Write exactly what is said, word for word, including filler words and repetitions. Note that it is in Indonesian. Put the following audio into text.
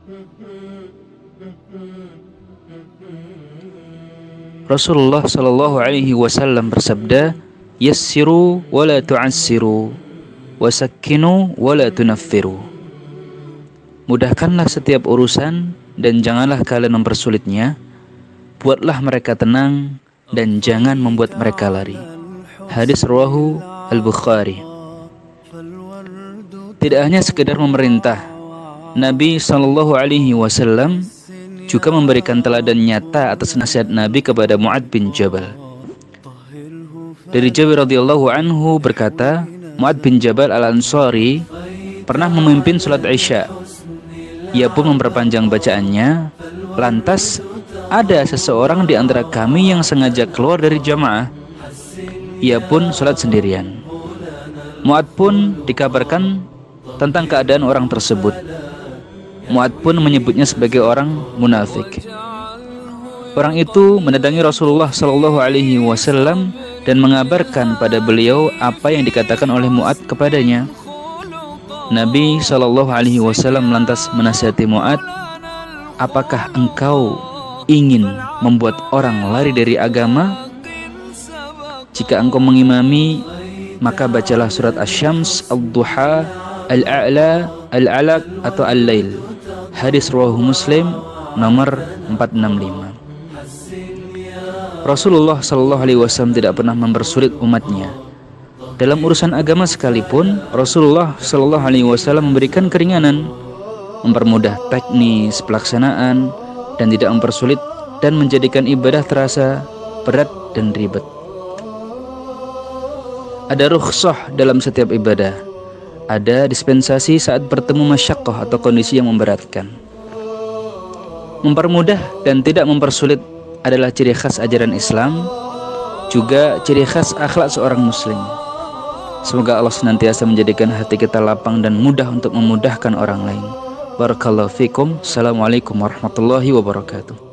Rasulullah Shallallahu Alaihi Wasallam bersabda, "Yassiru wa la tu'assiru, wasakkinu wa la tunaffiru." Mudahkanlah setiap urusan dan janganlah kalian mempersulitnya. Buatlah mereka tenang dan jangan membuat mereka lari. Hadis rawahu Al-Bukhari. Tidak hanya sekedar memerintah, Nabi Shallallahu Alaihi Wasallam juga memberikan teladan nyata atas nasihat Nabi kepada Mu'adz bin Jabal. Dari Jabir radhiyallahu anhu berkata, Mu'adz bin Jabal Al-Ansari pernah memimpin salat Isya. Ia pun memperpanjang bacaannya. Lantas ada seseorang di antara kami yang sengaja keluar dari jamaah. Ia pun salat sendirian. Mu'adz pun dikabarkan tentang keadaan orang tersebut. Mu'adz pun menyebutnya sebagai orang munafik. Orang itu mendatangi Rasulullah Shallallahu Alaihi Wasallam dan mengabarkan pada beliau apa yang dikatakan oleh Mu'adz kepadanya. Nabi Shallallahu Alaihi Wasallam lantas menasihati Mu'adz, apakah engkau ingin membuat orang lari dari agama? Jika engkau mengimami, maka bacalah surat Asy-Syams, Ad-Duha, Al-A'la, Al-Alaq atau Al-Lail. Hadis riwayat Muslim nomor empat enam lima. Rasulullah Shallallahu Alaihi Wasallam tidak pernah mempersulit umatnya. Dalam urusan agama sekalipun, Rasulullah Shallallahu Alaihi Wasallam memberikan keringanan, mempermudah teknis pelaksanaan, dan tidak mempersulit dan menjadikan ibadah terasa berat dan ribet. Ada rukhsah dalam setiap ibadah. Ada dispensasi saat bertemu masyaqqah atau kondisi yang memberatkan. Mempermudah dan tidak mempersulit adalah ciri khas ajaran Islam, juga ciri khas akhlak seorang muslim. Semoga Allah senantiasa menjadikan hati kita lapang dan mudah untuk memudahkan orang lain. Barakallahu fikum. Assalamualaikum warahmatullahi wabarakatuh.